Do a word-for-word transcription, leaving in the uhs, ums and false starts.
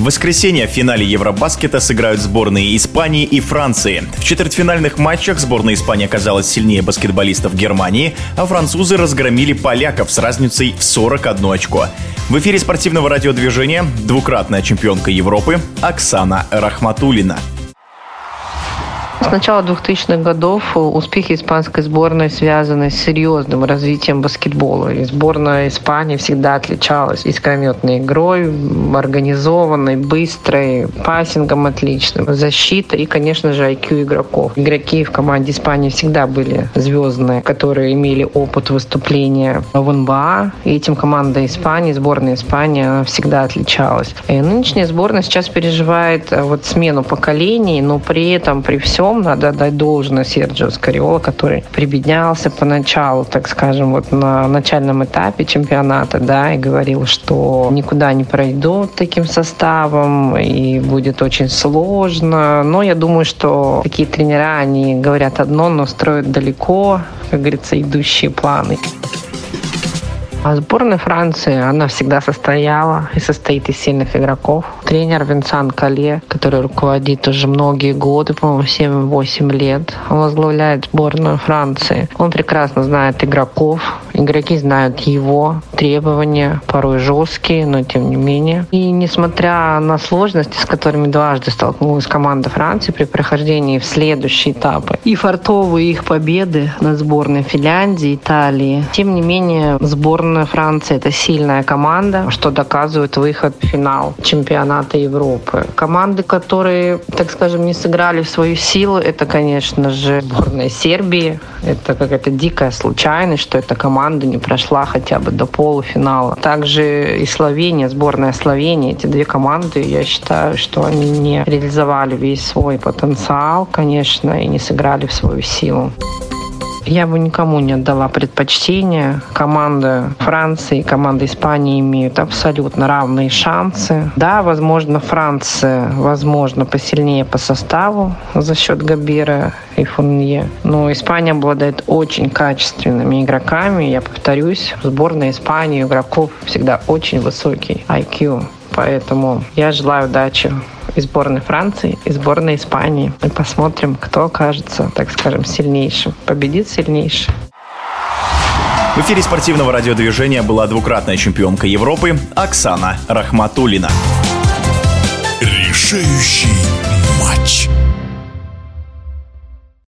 В воскресенье в финале Евробаскета сыграют сборные Испании и Франции. В четвертьфинальных матчах сборная Испании оказалась сильнее баскетболистов Германии, а французы разгромили поляков с разницей в сорок одно очко. В эфире спортивного радиодвижения двукратная чемпионка Европы Оксана Рахматуллина. С начала двухтысячных годов успехи испанской сборной связаны с серьезным развитием баскетбола. И сборная Испании всегда отличалась искрометной игрой, организованной, быстрой, пассингом отличным, защитой и, конечно же, ай кью игроков. Игроки в команде Испании всегда были звездные, которые имели опыт выступления в эн бэ а. И этим команда Испании, сборная Испании, она всегда отличалась. И нынешняя сборная сейчас переживает вот смену поколений, но при этом, при всем, надо отдать должное Серджио Скариола, который прибеднялся поначалу, так скажем, вот на начальном этапе чемпионата, да, и говорил, что никуда не пройдут таким составом и будет очень сложно. Но я думаю, что такие тренера, они говорят одно, но строят далеко, как говорится, идущие планы. А сборная Франции, она всегда состояла и состоит из сильных игроков. Тренер Винсан Колле, который руководит уже многие годы, по-моему, семь-восемь лет, он возглавляет сборную Франции. Он прекрасно знает игроков, игроки знают его требования, порой жесткие, но тем не менее. И несмотря на сложности, с которыми дважды столкнулась команда Франции при прохождении в следующие этапы, и фартовые их победы над сборной Финляндии, Италии, тем не менее сборная Франции — это сильная команда, что доказывает выход в финал чемпионата Европы. Команды, которые, так скажем, не сыграли в свою силу, это, конечно же, сборная Сербии. Это какая-то дикая случайность, что эта команда не прошла хотя бы до полуфинала. Также и Словения, сборная Словении. Эти две команды, я считаю, что они не реализовали весь свой потенциал, конечно, и не сыграли в свою силу. Я бы никому не отдала предпочтение. Команда Франции и команда Испании имеют абсолютно равные шансы. Да, возможно, Франция, возможно, посильнее по составу за счет Гобера и Фурнье. Но Испания обладает очень качественными игроками. Я повторюсь, в сборной Испании у игроков всегда очень высокий ай кью. Поэтому я желаю удачи и сборной Франции, и сборной Испании. И посмотрим, кто окажется, так скажем, сильнейшим. Победит сильнейший. В эфире спортивного радиодвижения была двукратная чемпионка Европы Оксана Рахматуллина. Решающий